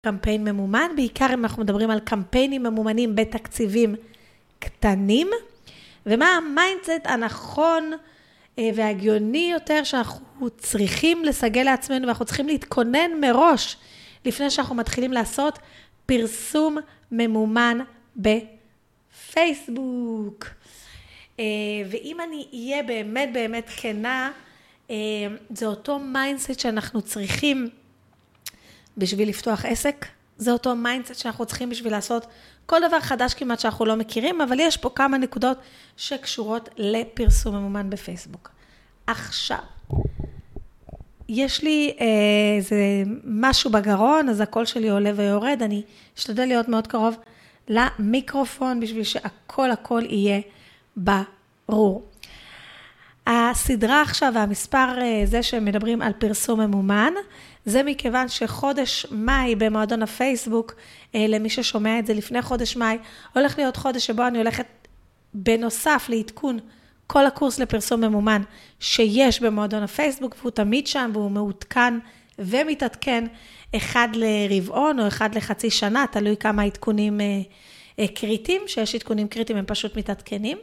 קמפיין ממומן, בעיקר אם אנחנו מדברים על קמפיינים ממומנים בתקציבים קטנים, ומה המיינדסט הנכון והגיוני יותר שאנחנו צריכים לסגל לעצמנו, ואנחנו צריכים להתכונן מראש, לפני שאנחנו מתחילים לעשות פרסום ממומן בפייסבוק. ואם אני אהיה באמת כנה, זה אותו מיינדסט שאנחנו צריכים בשביל לפתוח עסק, זה אותו מיינדסט שאנחנו צריכים בשביל לעשות כל דבר חדש כמעט שאנחנו לא מכירים, אבל יש פה כמה נקודות שקשורות לפרסום ממומן בפייסבוק. עכשיו, יש לי איזה משהו בגרון, אז הקול שלי עולה ויורד, אני אשתדל להיות מאוד קרוב למיקרופון, בשביל שהכל יהיה ברור. הסדרה עכשיו, והמספר זה שמדברים על פרסום ממומן, זה מכיוון שחודש מאי במועדון הפייסבוק, למי ששומע את זה לפני חודש מאי, הולך להיות חודש שבו אני הולכת בנוסף לעדכון כל הקורס לפרסום ממומן שיש במועדון הפייסבוק, והוא תמיד שם והוא מעודכן ומתעדכן אחד לרבעון או אחד לחצי שנה, תלוי כמה עדכונים קריטיים, שיש עדכונים קריטיים הם פשוט מתעדכנים.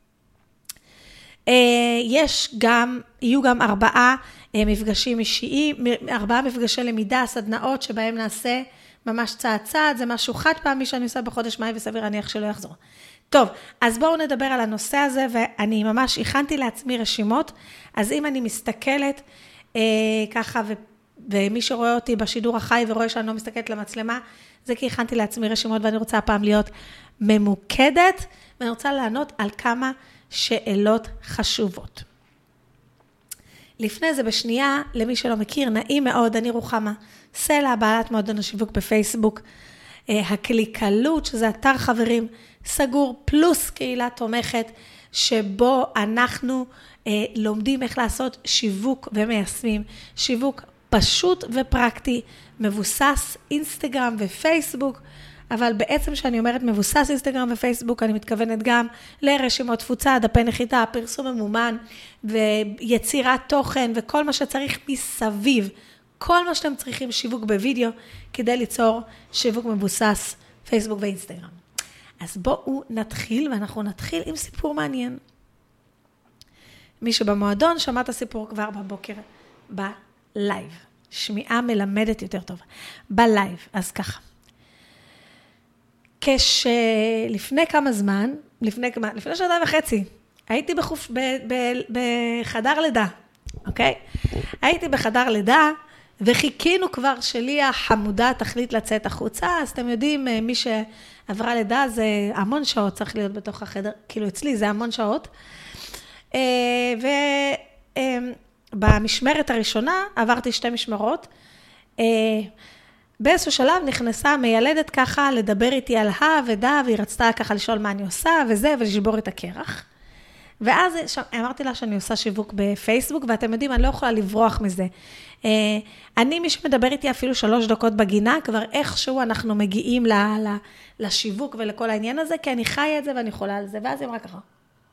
יהיו גם 4 מפגשים אישיים, 4 מפגשי למידה, סדנאות שבהם נעשה ממש צעד, זה משהו חד פעמי שאני עושה בחודש מאי וסביר להניח שלא יחזור. טוב, אז בואו נדבר על הנושא הזה, ואני ממש הכנתי לעצמי רשימות, אז אם אני מסתכלת ככה, ומי שרואה אותי בשידור החי ורואה שאני לא מסתכלת למצלמה, זה כי הכנתי לעצמי רשימות, ואני רוצה הפעם להיות ממוקדת, ואני רוצה לענות על כמה שאלות חשובות. לפני זה בשנייה, למי שלא מכיר, נעים מאוד, אני רוחמה סלע, בעלת מועדון השיווק בפייסבוק, הקליקלות, שזה אתר חברים סגור, פלוס קהילה תומכת, שבו אנחנו לומדים איך לעשות שיווק ומיישמים, שיווק פשוט ופרקטי, מבוסס אינסטגרם ופייסבוק, אבל בעצם שאני אומרת מבוסס אינסטגרם ופייסבוק, אני מתכוונת גם לרשימות תפוצה, דפי נחיתה, פרסום ממומן, ויצירת תוכן, וכל מה שצריך מסביב, כל מה שאתם צריכים שיווק בווידאו, כדי ליצור שיווק מבוסס פייסבוק ואינסטגרם. אז בואו נתחיל, ואנחנו נתחיל עם סיפור מעניין. מי שבמועדון שמע את הסיפור כבר בבוקר בלייב. שמיעה מלמדת יותר טוב. בלייב, אז ככה. כשלפני כמה זמן, לפני 2.5 הייתי בחדר לידה, אוקיי? הייתי בחדר לידה, וחיכינו כבר שלי החמודה תחליט לצאת החוצה, אז אתם יודעים, מי שעברה לידה זה המון שעות צריך להיות בתוך החדר, כאילו אצלי זה המון שעות, ובמשמרת הראשונה עברתי 2 משמרות, באיזשהו שלב נכנסה מיילדת ככה לדבר איתי על ודה, והיא רצתה ככה לשאול מה אני עושה וזה, ולשבור את הקרח. ואז אמרתי לה שאני עושה שיווק בפייסבוק, ואתם יודעים, אני לא יכולה לברוח מזה. מי שמדבר איתי אפילו 3 דקות בגינה, כבר איכשהו אנחנו מגיעים לשיווק ולכל העניין הזה, כי אני חיה את זה ואני יכולה על זה, ואז היא אמרה ככה.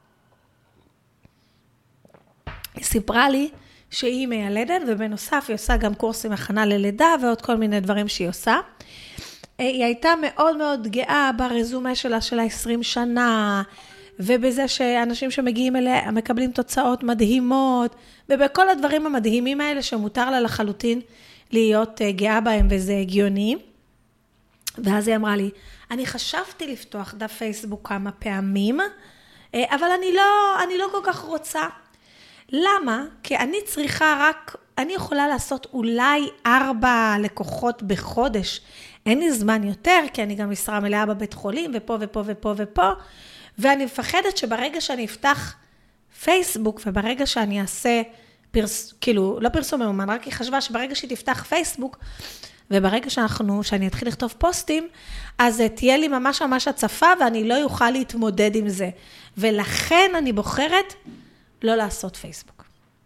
היא סיפרה לי שהיא מיילדת, ובנוסף היא עושה גם קורסים הכנה ללידה, ועוד כל מיני דברים שהיא עושה. היא הייתה מאוד מאוד גאה ברזומה שלה 20 שנה, ובזה שאנשים שמגיעים אליה מקבלים תוצאות מדהימות, ובכל הדברים המדהימים האלה שמותר לה לחלוטין להיות גאה בהם, וזה הגיוני. ואז היא אמרה לי, אני חשבתי לפתוח דף פייסבוק כמה פעמים, אבל אני לא כל כך רוצה. למה? כי אני צריכה אני יכולה לעשות אולי 4 לקוחות בחודש. אין לי זמן יותר, כי אני גם משרה מלאה בבית חולים, ופה ופה ופה ופה, ואני מפחדת שברגע שאני אפתח פייסבוק, וברגע שאני אעשה, לא פרסום ממומן, רק היא חשבה שברגע שהיא תפתח פייסבוק, וברגע שאני אתחיל לכתוב פוסטים, אז תהיה לי ממש הצפה, ואני לא יוכל להתמודד עם זה. ולכן אני בוחרת לא לעשות פייסבוק.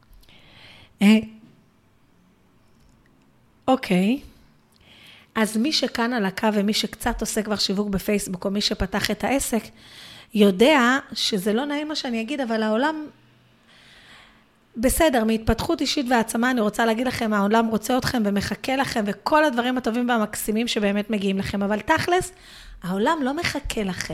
אוקיי. אז מי שכאן על הקו, ומי שקצת עושה כבר שיווק בפייסבוק, או מי שפתח את העסק, יודע שזה לא נעים מה שאני אגיד, אבל העולם בסדר, מהתפתחות אישית והעצמה, אני רוצה להגיד לכם, העולם רוצה אתכם ומחכה לכם, וכל הדברים הטובים והמקסימים שבאמת מגיעים לכם, אבל תכלס, העולם לא מחכה לכם.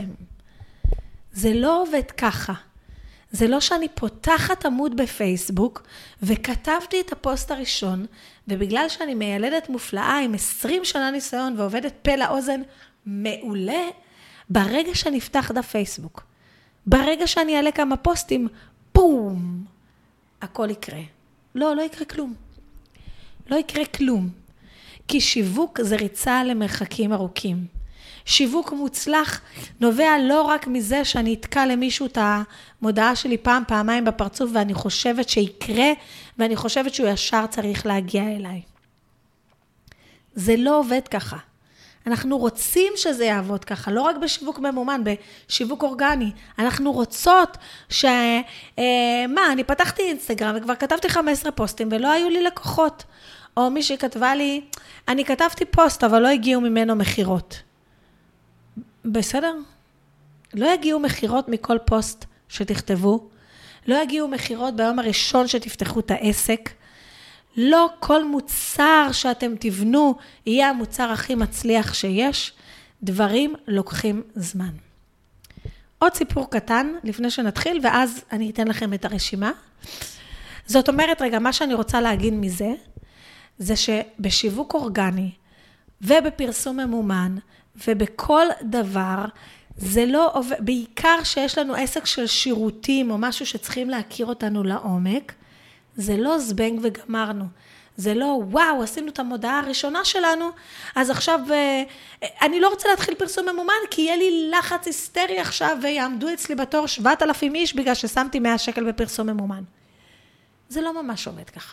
זה לא עובד ככה. זה לא שאני פותחת עמוד בפייסבוק, וכתבתי את הפוסט הראשון, ובגלל שאני מיילדת מופלאה עם 20 שנה ניסיון, ועובדת פה לאוזן מעולה, ברגע שאני אפתח דף פייסבוק, ברגע שאני אעלה כמה פוסטים, בום, הכל יקרה. לא יקרה כלום. לא יקרה כלום. כי שיווק זה ריצה למרחקים ארוכים. שיווק מוצלח נובע לא רק מזה שאני אתקע למישהו את המודעה שלי פעמיים בפרצוף, ואני חושבת שיקרה, ואני חושבת שהוא ישר צריך להגיע אליי. זה לא עובד ככה. אנחנו רוצים שזה יעבוד ככה, לא רק בשיווק ממומן, בשיווק אורגני. אנחנו רוצות אני פתחתי אינסטגרם וכבר כתבתי 15 פוסטים ולא היו לי לקוחות. או מישהי כתבה לי, אני כתבתי פוסט אבל לא הגיעו ממנו מחירות. בסדר? לא יגיעו מחירות מכל פוסט שתכתבו, לא יגיעו מחירות ביום הראשון שתפתחו את העסק, לא כל מוצר שאתם תבנו יהיה המוצר הכי מצליח שיש, דברים לוקחים זמן. עוד סיפור קטן לפני שנתחיל, ואז אני אתן לכם את הרשימה. זאת אומרת, רגע, מה שאני רוצה להגיד מזה, זה שבשיווק אורגני ובפרסום ממומן, ובכל דבר, זה לא עובד, בעיקר שיש לנו עסק של שירותים, או משהו שצריכים להכיר אותנו לעומק, זה לא זבנג וגמרנו. זה לא, וואו, עשינו את המודעה הראשונה שלנו, אז עכשיו, אני לא רוצה להתחיל פרסום ממומן, כי יהיה לי לחץ היסטרי עכשיו, ויעמדו אצלי בתור 7,000 איש, בגלל ששמתי 100 שקל בפרסום ממומן. זה לא ממש עובד ככה.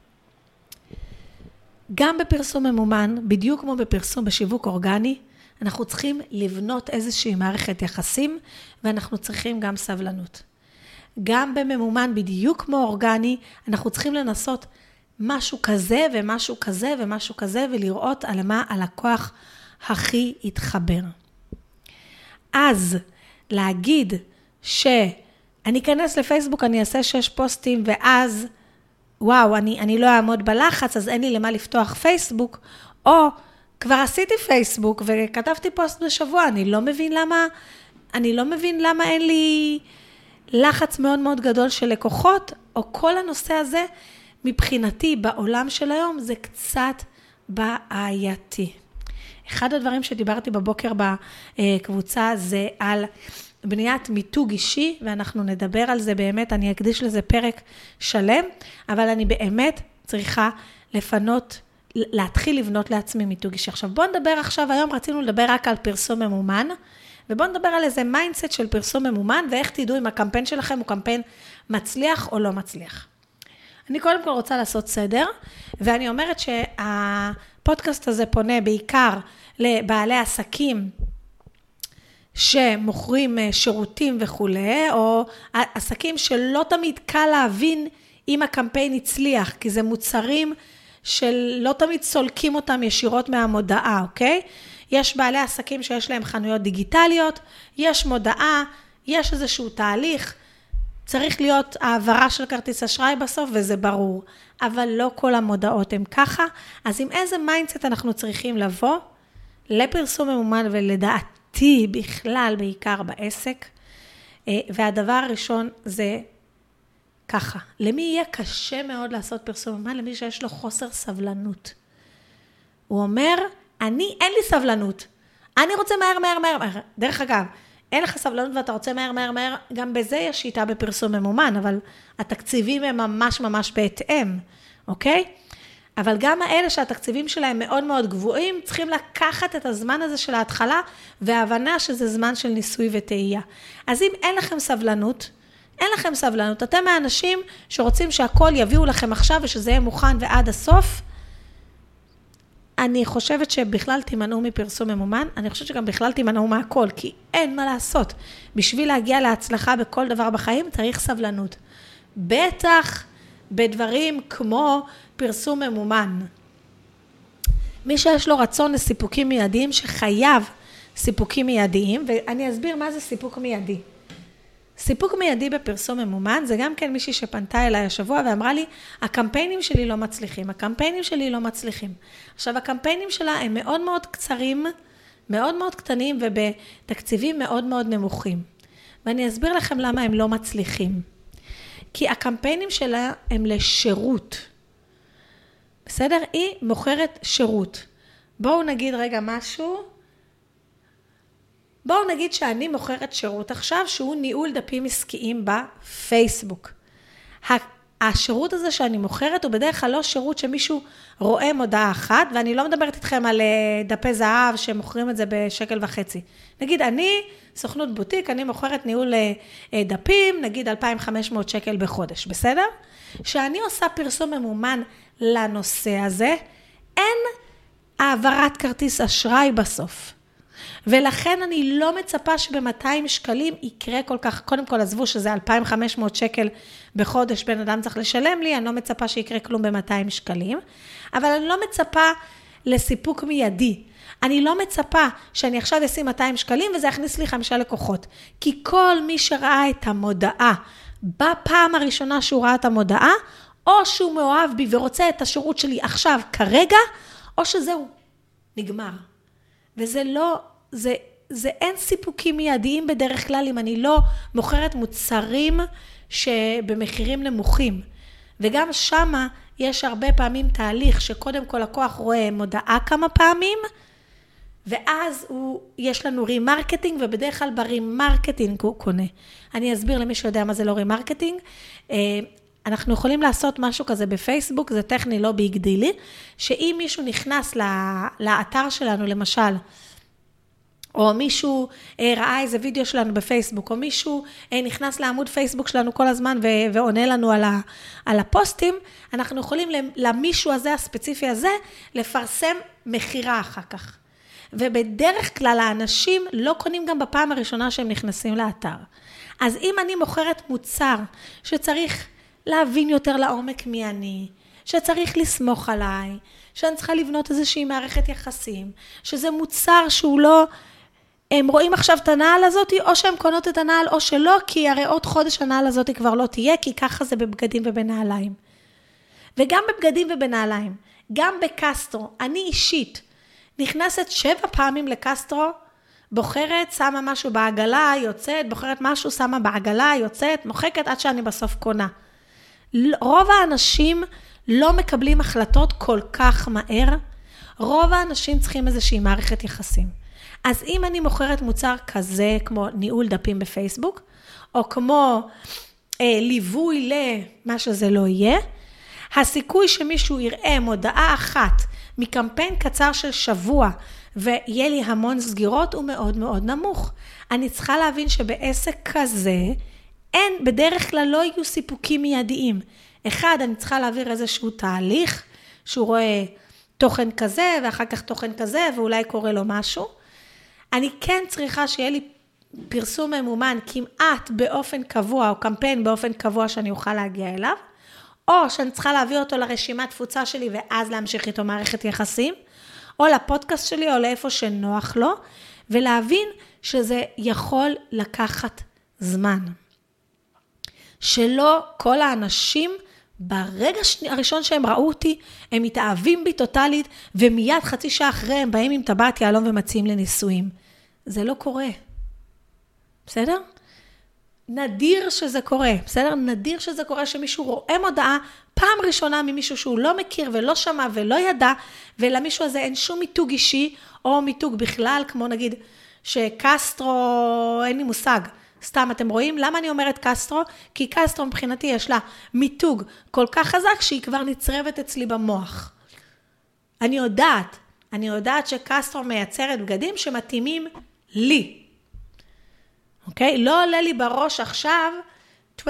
גם בפרסום ממומן, בדיוק כמו בפרסום בשיווק אורגני, אנחנו צריכים לבנות איזושהי מערכת יחסים, ואנחנו צריכים גם סבלנות. גם בממומן, בדיוק כמו אורגני, אנחנו צריכים לנסות משהו כזה ומשהו כזה ומשהו כזה, ולראות על מה הלקוח הכי יתחבר. אז להגיד שאני אכנס לפייסבוק, אני אעשה 6 פוסטים, ואז וואו, אני לא אעמוד בלחץ, אז אין לי למה לפתוח פייסבוק, או כבר עשיתי פייסבוק וכתבתי פוסט בשבוע, אני לא מבין למה אין לי לחץ מאוד מאוד גדול של לקוחות, או כל הנושא הזה מבחינתי בעולם של היום זה קצת בעייתי. אחד הדברים שדיברתי בבוקר בקבוצה זה על בניית מיתוג אישי, ואנחנו נדבר על זה באמת, אני אקדיש לזה פרק שלם, אבל אני באמת צריכה להתחיל לבנות לעצמי מיתוג אישי. עכשיו בואו נדבר עכשיו, היום רצינו לדבר רק על פרסום ממומן, ובואו נדבר על איזה מיינדסט של פרסום ממומן, ואיך תדעו אם הקמפיין שלכם הוא קמפיין מצליח או לא מצליח. אני קודם כל רוצה לעשות סדר, ואני אומרת שהפודקאסט הזה פונה בעיקר לבעלי עסקים, שמוכרים שירותים וכו', או עסקים שלא תמיד קל להבין אם הקמפיין הצליח, כי זה מוצרים שלא תמיד סולקים אותם ישירות מהמודעה, אוקיי? יש בעלי עסקים שיש להם חנויות דיגיטליות, יש מודעה, יש איזשהו תהליך, צריך להיות העברה של כרטיס אשראי בסוף, וזה ברור. אבל לא כל המודעות הן ככה, אז עם איזה מיינדסט אנחנו צריכים לבוא לפרסום ממומן ולדעתי בכלל בעיקר בעסק, והדבר הראשון זה ככה, למי יהיה קשה מאוד לעשות פרסום ממומן? למי שיש לו חוסר סבלנות. הוא אומר, אין לי סבלנות, אני רוצה מהר. דרך אגב, אין לך סבלנות ואתה רוצה מהר, גם בזה יש שיטה בפרסום ממומן, אבל התקציבים הם ממש בהתאם, אוקיי? אבל גם האלה שהתקציבים שלהם מאוד מאוד גבוהים, צריכים לקחת את הזמן הזה של ההתחלה, וההבנה שזה זמן של ניסוי וטעייה. אז אם אין לכם סבלנות, אתם מהאנשים שרוצים שהכל יביאו לכם עכשיו, ושזה יהיה מוכן ועד הסוף, אני חושבת שבכלל תימנעו מפרסום ממומן, אני חושבת שגם בכלל תימנעו מהכל, כי אין מה לעשות. בשביל להגיע להצלחה בכל דבר בחיים, צריך סבלנות. בטח בדברים כמו פרסום ממומן. מי שיש לו רצון לסיפוקים מיידיים, שחייב סיפוקים מיידיים, ואני אסביר מה זה סיפוק מיידי. סיפוק מיידי בפרסום ממומן, זה גם כן מישהי שפנתה אליי השבוע ואמרה לי, הקמפיינים שלי לא מצליחים, הקמפיינים שלי לא מצליחים. עכשיו, הקמפיינים שלה הם מאוד מאוד קצרים, מאוד מאוד קטנים ובתקציבים מאוד מאוד נמוכים. ואני אסביר לכם למה הם לא מצליחים. כי הקמפיינים שלה הם לשירות. בסדר? היא מוכרת שירות. בואו נגיד רגע משהו. בואו נגיד שאני מוכרת שירות עכשיו, שהוא ניהול דפים עסקיים בפייסבוק. השירות הזה שאני מוכרת הוא בדרך כלל לא שירות שמישהו רואה מודעה אחת, ואני לא מדברת איתכם על דפי זהב שמוכרים את זה ב1.50 ₪. נגיד אני, סוכנות בוטיק, אני מוכרת ניהול דפים, נגיד 2,500 שקל בחודש, בסדר? שאני עושה פרסום ממומן לנושא הזה, אין העברת כרטיס אשראי בסוף. ולכן אני לא מצפה שב-200 שקלים יקרה כל כך, קודם כל עזבו שזה 2,500 שקל בחודש בן אדם צריך לשלם לי, אני לא מצפה שיקרה כלום ב-200 שקלים, אבל אני לא מצפה לסיפוק מיידי. אני לא מצפה שאני עכשיו אשים 200 שקלים וזה יכניס לי 5 לקוחות. כי כל מי שראה את המודעה, בפעם הראשונה שהוא ראה את המודעה, או שהוא מאוהב בי ורוצה את השירות שלי עכשיו, כרגע, או שזהו, נגמר. וזה לא, זה אין סיפוקים מיידיים בדרך כלל, אם אני לא מוכרת מוצרים שבמחירים נמוכים. וגם שמה יש הרבה פעמים תהליך שקודם כל לקוח רואה מודעה כמה פעמים, ואז יש לנו רימרקטינג, ובדרך כלל ברימרקטינג הוא קונה. אני אסביר למי שיודע מה זה לא רימרקטינג. אנחנו יכולים לעשות משהו כזה בפייסבוק, זה טכני לא ביג דילי, שאם מישהו נכנס לאתר שלנו למשל, או מישהו ראה איזה וידאו שלנו בפייסבוק, או מישהו נכנס לעמוד פייסבוק שלנו כל הזמן ועונה לנו על הפוסטים, אנחנו יכולים למישהו הזה, הספציפי הזה, לפרסם מחירה אחר כך. ובדרך כלל האנשים לא קונים גם בפעם הראשונה שהם נכנסים לאתר. אז אם אני מוכרת מוצר שצריך להבין יותר לעומק מי אני, שצריך לסמוך עליי, שאני צריכה לבנות איזושהי מערכת יחסים, שזה מוצר שהוא לא, הם רואים עכשיו את הנעל הזאת, או שהם קונות את הנעל או שלא, כי הרי עוד חודש הנעל הזאת כבר לא תהיה, כי ככה זה בבגדים ובנעליים. וגם בבגדים ובנעליים, גם בקסטרו, אני אישית, נכנסת 7 פעמים לקסטרו, בוחרת, שמה משהו בעגלה, יוצאת, בוחרת משהו, שמה בעגלה, יוצאת, מוחקת עד שאני בסוף קונה. רוב האנשים לא מקבלים החלטות כל כך מהר, רוב האנשים צריכים איזושהי מערכת יחסים. אז אם אני מוכרת מוצר כזה, כמו ניהול דפים בפייסבוק, או כמו ליווי למה שזה לא יהיה, הסיכוי שמישהו יראה מודעה אחת מקמפיין קצר של שבוע, ויהיה לי המון סגירות, הוא מאוד מאוד נמוך. אני צריכה להבין שבעסק כזה, בדרך כלל לא יהיו סיפוקים מיידיים. אחד, אני צריכה להעביר איזשהו תהליך, שהוא רואה תוכן כזה, ואחר כך תוכן כזה, ואולי קורה לו משהו. אני כן צריכה שיהיה לי פרסום ממומן כמעט באופן קבוע, או קמפיין באופן קבוע שאני אוכל להגיע אליו, או שאני צריכה להביא אותו לרשימת תפוצה שלי, ואז להמשיך איתו מערכת יחסים, או לפודקאסט שלי, או לאיפה שנוח לו, ולהבין שזה יכול לקחת זמן. שלא כל האנשים, ברגע הראשון שהם ראו אותי, הם מתאהבים בי טוטלית, ומיד חצי שעה אחרי הם באים עם טבעת יהלום ומציעים לניסויים. זה לא קורה. בסדר? נדיר שזה קורה. בסדר? נדיר שזה קורה שמישהו רואה מודעה פעם ראשונה ממישהו שהוא לא מכיר ולא שמע ולא ידע, ולמישהו הזה אין שום מיתוג אישי, או מיתוג בכלל, כמו נגיד שקסטרו, אין לי מושג. סתם, אתם רואים? למה אני אומרת קסטרו? כי קסטרו מבחינתי יש לה מיתוג כל כך חזק שהיא כבר נצרבת אצלי במוח. אני יודעת שקסטרו מייצרת בגדים שמתאימים לי. אוקיי? לא עולה לי בראש עכשיו 24/7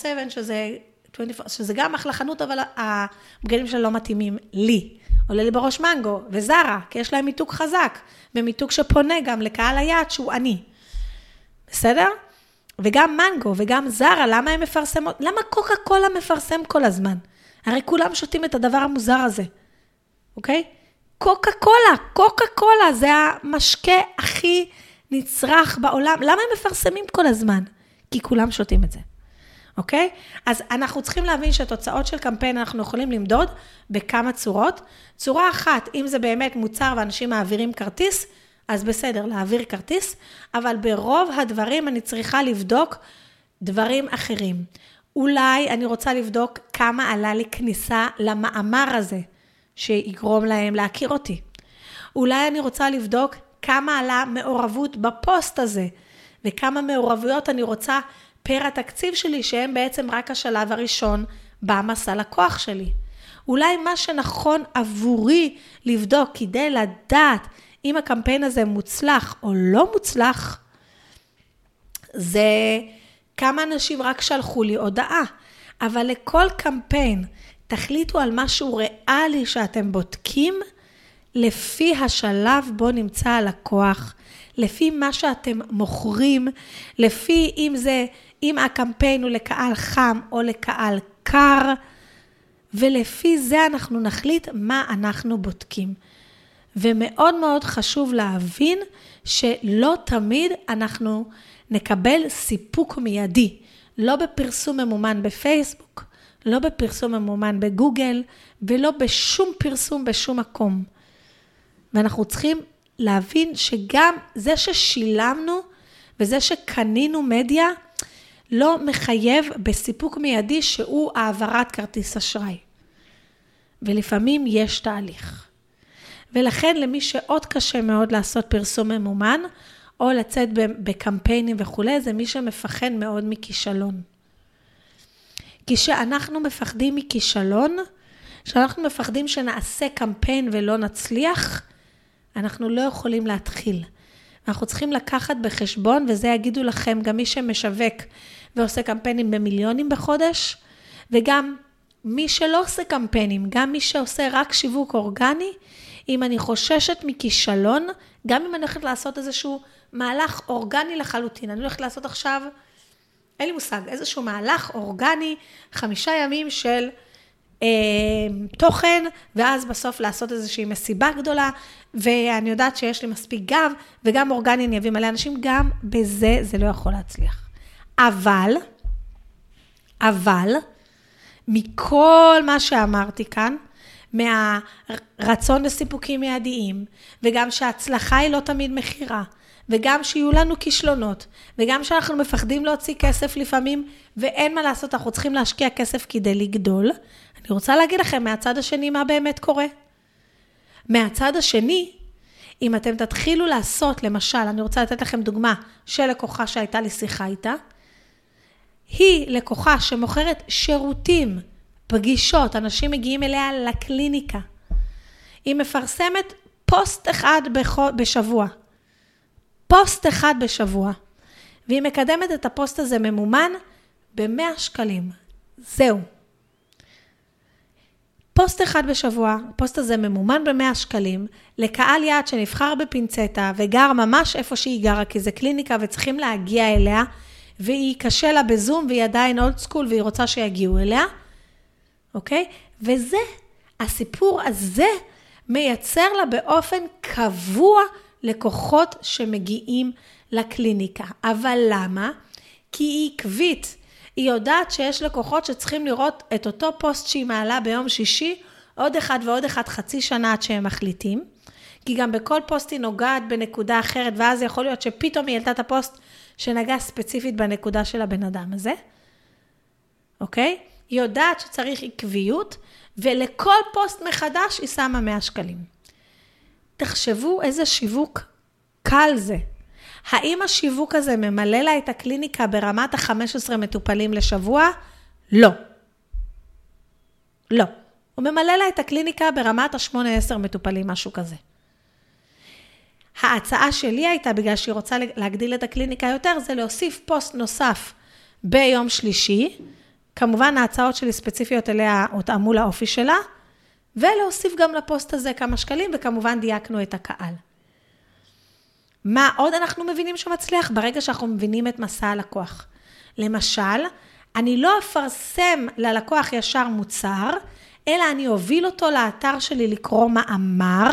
שזה גם אחלה חנות, אבל הבגדים שלה לא מתאימים לי. עולה לי בראש מנגו וזרה, כי יש להם מיתוג חזק, ומיתוג שפונה גם לקהל היעד שהוא אני. בסדר? וגם מנגו וגם זרה, למה הם מפרסמות? למה קוקה קולה מפרסם כל הזמן? הרי כולם שותים את הדבר המוזר הזה. אוקיי? קוקה קולה, זה המשקה הכי נצרך בעולם. למה הם מפרסמים כל הזמן? כי כולם שותים את זה. אוקיי? אז אנחנו צריכים להבין שתוצאות של קמפיין אנחנו יכולים למדוד בכמה צורות. צורה אחת, אם זה באמת מוצר ואנשים מעבירים כרטיס, אז בסדר, להעביר כרטיס, אבל ברוב הדברים אני צריכה לבדוק דברים אחרים. אולי אני רוצה לבדוק כמה עלה לי כניסה למאמר הזה, שיגרום להם להכיר אותי. אולי אני רוצה לבדוק כמה עלה מעורבות בפוסט הזה, וכמה מעורבויות אני רוצה פר התקציב שלי, שהם בעצם רק השלב הראשון במסע לקוח שלי. אולי מה שנכון עבורי לבדוק כדי לדעת אם הקמפיין הזה מוצלח או לא מוצלח, זה כמה אנשים רק שלחו לי הודעה. אבל לכל קמפיין תחליטו על משהו ריאלי שאתם בודקים, לפי השלב בו נמצא הלקוח, לפי מה שאתם מוכרים, לפי אם הקמפיין הוא לקהל חם או לקהל קר, ולפי זה אנחנו נחליט מה אנחנו בודקים. ומאוד מאוד חשוב להבין שלא תמיד אנחנו נקבל סיפוק מיידי, לא בפרסום ממומן בפייסבוק, לא בפרסום ממומן בגוגל, ולא בשום פרסום בשום מקום. ואנחנו צריכים להבין שגם זה ששילמנו וזה שקנינו מדיה, לא מחייב בסיפוק מיידי שהוא העברת כרטיס אשראי. ולפעמים יש תהליך. ולכן למי שעוד קשה מאוד לעשות פרסום ממומן, או לצאת בקמפיינים וכו', זה מי שמפחד מאוד מכישלון. כי שאנחנו מפחדים מכישלון, שאנחנו מפחדים שנעשה קמפיין ולא נצליח, אנחנו לא יכולים להתחיל. אנחנו צריכים לקחת בחשבון, וזה יגידו לכם גם מי שמשווק ועושה קמפיינים במיליונים בחודש, וגם מי שלא עושה קמפיינים, גם מי שעושה רק שיווק אורגני, אם אני חוששת מכישלון, גם אם אני הולכת לעשות איזשהו מהלך אורגני לחלוטין, אני הולכת לעשות עכשיו, אין לי מושג, איזשהו מהלך אורגני, 5 ימים של תוכן, ואז בסוף לעשות איזושהי מסיבה גדולה, ואני יודעת שיש לי מספיק גב, וגם אורגני אני אביא מלא אנשים, גם בזה זה לא יכול להצליח. אבל, מכל מה שאמרתי כאן, מהרצון לסיפוקים מיידיים, וגם שההצלחה היא לא תמיד מחירה, וגם שיהיו לנו כישלונות, וגם שאנחנו מפחדים להוציא כסף לפעמים, ואין מה לעשות, אנחנו צריכים להשקיע כסף כדי לגדול. אני רוצה להגיד לכם מהצד השני מה באמת קורה. מהצד השני, אם אתם תתחילו לעשות, למשל, אני רוצה לתת לכם דוגמה של לקוחה שהייתה לי שיחה איתה, היא לקוחה שמוכרת שירותים, פגישות, אנשים מגיעים אליה לקליניקה. היא מפרסמת פוסט אחד בשבוע. פוסט אחד בשבוע. והיא מקדמת את הפוסט הזה ממומן ב100 שקלים. זהו. פוסט אחד בשבוע, הפוסט הזה ממומן ב100 שקלים, לקהל יעד שנבחר בפינצטה וגר ממש איפה שהיא גרה, כי זה קליניקה וצריכים להגיע אליה, והיא קשה לה בזום והיא עדיין אולד סקול והיא רוצה שיגיעו אליה. אוקיי? וזה, הסיפור הזה מייצר לה באופן קבוע לקוחות שמגיעים לקליניקה. אבל למה? כי היא עקבית. היא יודעת שיש לקוחות שצריכים לראות את אותו פוסט שהיא מעלה ביום שישי, עוד אחד ועוד אחד חצי שנה עד שהם מחליטים. כי גם בכל פוסט היא נוגעת בנקודה אחרת, ואז יכול להיות שפתאום היא העלתה את הפוסט שנגע ספציפית בנקודה של הבן אדם הזה. אוקיי? היא יודעת שצריך עקביות, ולכל פוסט מחדש היא שמה 100 שקלים. תחשבו איזה שיווק קל זה. האם השיווק הזה ממלא לה את הקליניקה ברמת ה-15 מטופלים לשבוע? לא. לא. הוא ממלא לה את הקליניקה ברמת ה-8-10 מטופלים, משהו כזה. ההצעה שלי הייתה, בגלל שהיא רוצה להגדיל את הקליניקה יותר, זה להוסיף פוסט נוסף ביום שלישי, כמובן ההצעות שלי ספציפיות אליה הותאמו לאופי שלה, ולהוסיף גם לפוסט הזה כמה שקלים, וכמובן דייקנו את הקהל. מה עוד אנחנו מבינים שמצליח? ברגע שאנחנו מבינים את מסע הלקוח. למשל, אני לא אפרסם ללקוח ישר מוצר, אלא אני אוביל אותו לאתר שלי לקרוא מאמר,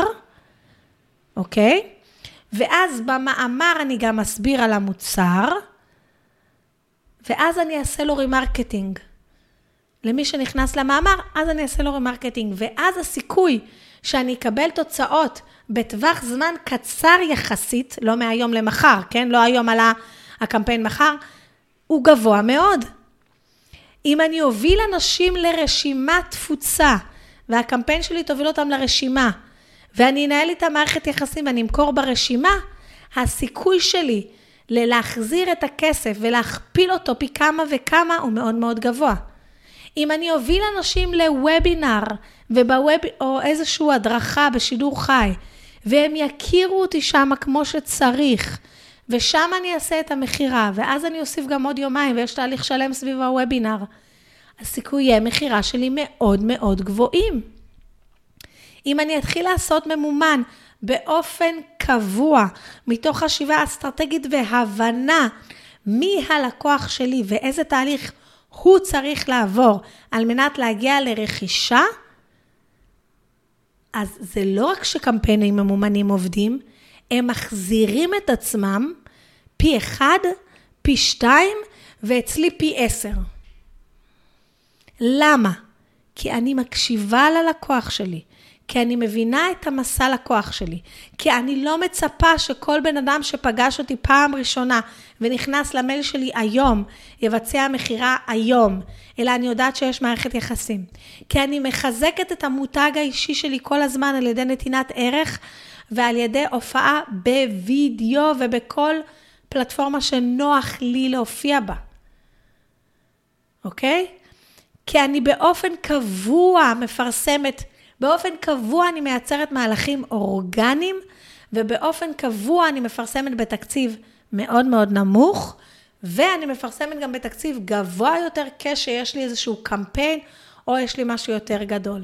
אוקיי? ואז במאמר אני גם אסביר על המוצר, ואז אני אעשה לו רימרקטינג. למי שנכנס למאמר, אז אני אעשה לו רימרקטינג, ואז הסיכוי שאני אקבל תוצאות בטווח זמן קצר יחסית, לא מהיום למחר, כן? לא היום עלה הקמפיין מחר, הוא גבוה מאוד. אם אני אוביל אנשים לרשימת תפוצה, והקמפיין שלי תוביל אותם לרשימה, ואני אנהל איתה מערכת יחסים ואני אמכור ברשימה, הסיכוי שלי להחזיר את הכסף ולהכפיל אותו פי כמה וכמה הוא מאוד מאוד גבוה. אם אני אוביל אנשים לוובינר או איזושהי הדרכה בשידור חי, והם יכירו אותי שם כמו שצריך, ושם אני אעשה את המחירה, ואז אני אוסיף גם עוד יומיים, ויש תהליך שלם סביב הוובינר, הסיכויי המחירה שלי מאוד מאוד גבוהים. אם אני אתחיל לעשות ממומן באופן קבוע, מתוך חשיבה אסטרטגית והבנה מי הלקוח שלי ואיזה תהליך הוא צריך לעבור על מנת להגיע לרכישה, אז זה לא רק שקמפיינים ממומנים עובדים, הם מחזירים את עצמם פי 1, פי 2 ואצלי פי 10. למה? כי אני מקשיבה ללקוח שלי, כי אני מבינה את המסע לקוח שלי, כי אני לא מצפה שכל בן אדם שפגש אותי פעם ראשונה ונכנס למייל שלי היום, יבצע מחירה היום, אלא אני יודעת שיש מערכת יחסים. כי אני מחזקת את המותג האישי שלי כל הזמן על ידי נתינת ערך, ועל ידי הופעה בווידאו ובכל פלטפורמה שנוח לי להופיע בה. אוקיי? כי אני באופן קבוע מפרסמת, באופן קבוע אני מייצרת מהלכים אורגניים, ובאופן קבוע אני מפרסמת בתקציב מאוד מאוד נמוך, ואני מפרסמת גם בתקציב גבוה יותר כשיש לי איזשהו קמפיין, או יש לי משהו יותר גדול.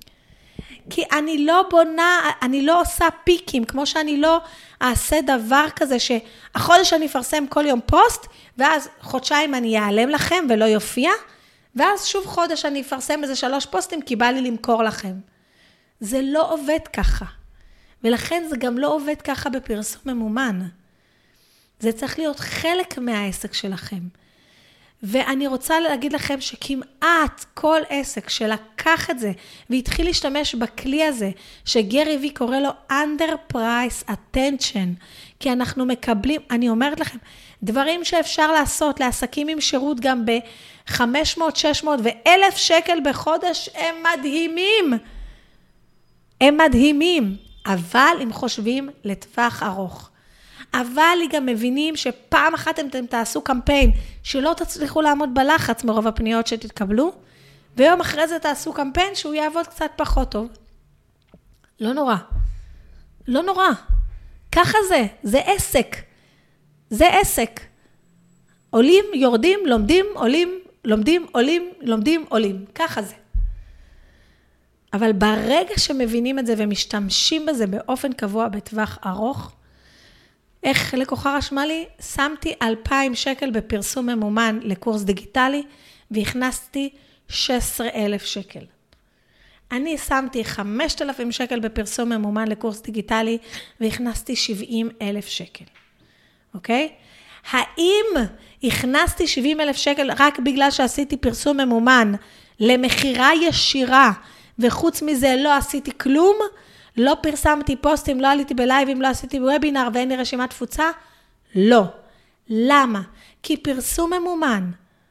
כי אני לא בונה, אני לא עושה פיקים, כמו שאני לא אעשה דבר כזה, שהחודש אני אפרסם כל יום פוסט, ואז חודשיים אני אעלם לכם ולא יופיע, ואז שוב חודש אני אפרסם איזה 3 פוסטים, כי בא לי למכור לכם. זה לא עובד ככה. ולכן זה גם לא עובד ככה בפרסום ממומן. זה צריך להיות חלק מהעסק שלכם. ואני רוצה להגיד לכם שכמעט כל עסק שלקח את זה, והתחיל להשתמש בכלי הזה, שגרי וי קורא לו under price attention, כי אנחנו מקבלים, אני אומרת לכם, דברים שאפשר לעשות לעסקים עם שירות גם ב-500, 600 ו-1,000 שקל בחודש, הם מדהימים. הם מדהימים, אבל הם חושבים לטווח ארוך. אבל גם מבינים שפעם אחת אתם תעשו קמפיין שלא תצליחו לעמוד בלחץ מרוב הפניות שתתקבלו, ויום אחרי זה תעשו קמפיין שהוא יעבוד קצת פחות טוב. לא נורא. לא נורא. ככה זה עסק. זה עסק. עולים, יורדים, לומדים, עולים, לומדים, עולים, לומדים, עולים. ככה זה. אבל ברגע שמבינים את זה ומשתמשים בזה באופן קבוע בטווח ארוך, איך לקוחה רשמה לי? שמתי 2,000 שקל בפרסום ממומן לקורס דיגיטלי, והכנסתי 16,000 שקל. אני שמתי 5,000 שקל בפרסום ממומן לקורס דיגיטלי, והכנסתי 70,000 שקל. אוקיי? האם הכנסתי 70,000 שקל רק בגלל שעשיתי פרסום ממומן למחירה ישירה, וחוץ מזה לא עשיתי כלום? לא פרסמתי פוסטים, לא עליתי בלייבים, לא עשיתי וובינר ואין לי רשימת תפוצה? לא. למה? כי פרסום ממומן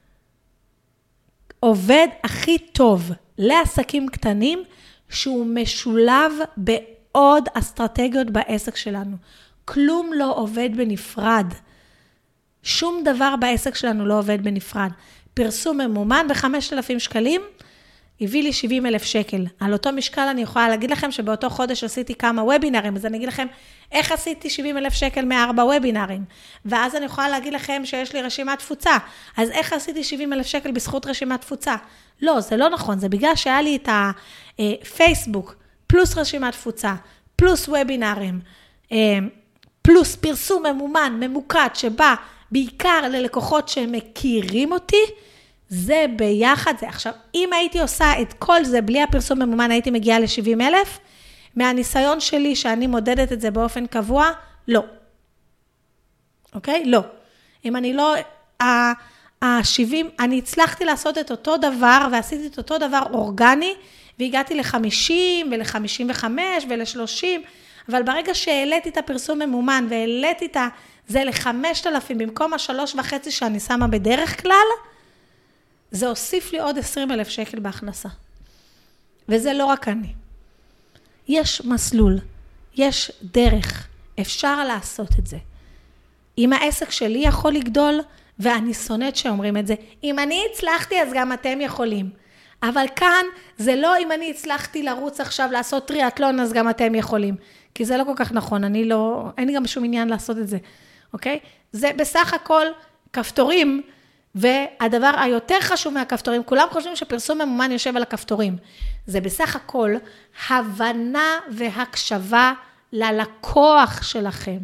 עובד הכי טוב לעסקים קטנים, שהוא משולב בעוד אסטרטגיות בעסק שלנו. כלום לא עובד בנפרד. שום דבר בעסק שלנו לא עובד בנפרד. פרסום ממומן ב5,000 שקלים, הביא לי 70,000 שקל. על אותו משקל אני יכולה להגיד לכם שבאותו חודש עשיתי כמה וובינרים, אז אני אגיד לכם איך עשיתי 70,000 שקל מ4 וובינרים. ואז אני יכולה להגיד לכם שיש לי רשימת תפוצה. אז איך עשיתי 70,000 שקל בזכות רשימת תפוצה? לא, זה לא נכון. זה בגלל שהיה לי את הפייסבוק, פלוס רשימת תפוצה, פלוס וובינרים, פלוס פרסום ממומן, ממוקד, שבא בעיקר ללקוחות שמכירים אותי, זה ביחד, זה עכשיו, אם הייתי עושה את כל זה בלי הפרסום ממומן, הייתי מגיעה ל-70,000, מהניסיון שלי שאני מודדת את זה באופן קבוע, לא. אוקיי? לא. אם אני לא אני הצלחתי לעשות את אותו דבר, ועשיתי את אותו דבר אורגני, והגעתי ל-50 ול-55 ול-30, אבל ברגע שהעליתי את הפרסום ממומן, והעליתי את זה ל-5,000, במקום 3,500 שאני שמה בדרך כלל, זה הוסיף לי עוד 20,000 שקל בהכנסה. וזה לא רק אני. יש מסלול, יש דרך, אפשר לעשות את זה. אם העסק שלי יכול לגדול, ואני שונאת שאומרים את זה, אם אני הצלחתי אז גם אתם יכולים. אבל כאן זה לא אם אני הצלחתי לרוץ עכשיו לעשות טריאטלון אז גם אתם יכולים. כי זה לא כל כך נכון, אין לי גם שום עניין לעשות את זה. אוקיי? זה בסך הכל כפתורים, והדבר היותר חשוב מהכפתורים, כולם חושבים שפרסום ממומן יושב על הכפתורים. זה בסך הכל הבנה והקשבה ללקוח שלכם.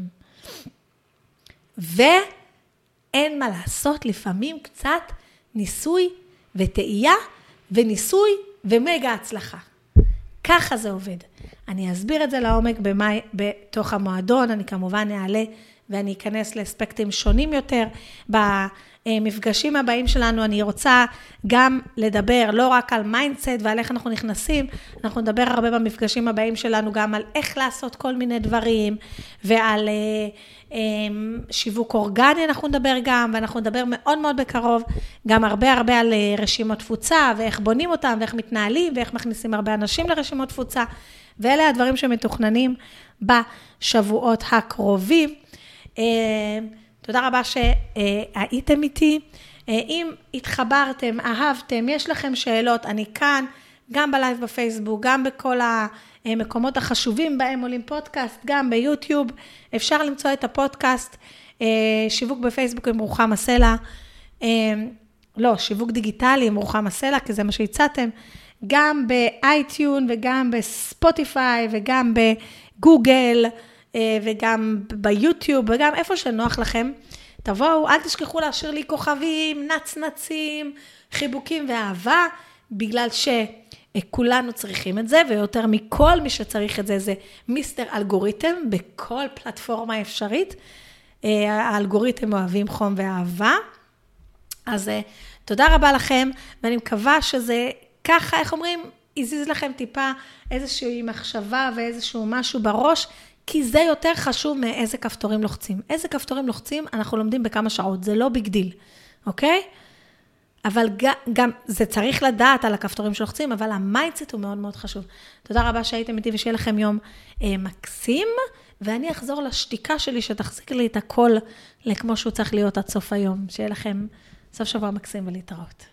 ואין מה לעשות, לפעמים קצת ניסוי וטעייה, וניסוי ומגה הצלחה. ככה זה עובד. אני אסביר את זה לעומק בתוך המועדון, אני כמובן אעלה ואני אכנס לאספקטים שונים יותר. במפגשים הבאים שלנו אני רוצה גם לדבר לא רק על מיינדסט ועל איך אנחנו נכנסים, אנחנו נדבר הרבה במפגשים הבאים שלנו גם על איך לעשות כל מיני דברים, ועל שיווק אורגני אנחנו נדבר גם, ואנחנו נדבר מאוד מאוד בקרוב גם הרבה על רשימות תפוצה, ואיך בונים אותם, ואיך מתנהלים, ואיך מכניסים הרבה אנשים לרשימות תפוצה, ואלה הדברים שמתוכננים בשבועות הקרובים. תודה רבה שהייתם איתי. אם התחברתם, אהבתם, יש לכם שאלות, אני כאן, גם בלייב בפייסבוק, גם בכל המקומות החשובים בהם עולים פודקאסט, גם ביוטיוב, אפשר למצוא את הפודקאסט, שיווק בפייסבוק עם רוחמה סלע, שיווק דיגיטלי עם רוחמה סלע, כי זה מה שהצעתם, גם באייטיון וגם בספוטיפיי וגם בגוגל, וגם ביוטיוב, וגם איפה שנוח לכם, תבואו, אל תשכחו להשאיר לי כוכבים, נצנצים, חיבוקים ואהבה, בגלל שכולנו צריכים את זה, ויותר מכל מי שצריך את זה, זה מיסטר אלגוריתם, בכל פלטפורמה אפשרית, האלגוריתם אוהבים חום ואהבה, אז תודה רבה לכם, ואני מקווה שזה ככה, איך אומרים, יזיז לכם טיפה איזושהי מחשבה ואיזשהו משהו בראש, כי זה יותר חשוב מאיזה כפתורים לוחצים. איזה כפתורים לוחצים, אנחנו לומדים בכמה שעות, זה לא ביג דיל, אוקיי? אבל גם זה צריך לדעת על הכפתורים שלוחצים, אבל המיינדסט הוא מאוד מאוד חשוב. תודה רבה שהייתם איתי ושיהיה לכם יום מקסים, ואני אחזור לשתיקה שלי שתחזיק לי את הכל לכמו שהוא צריך להיות עד סוף היום. שיהיה לכם סוף שבוע מקסים ולהתראות.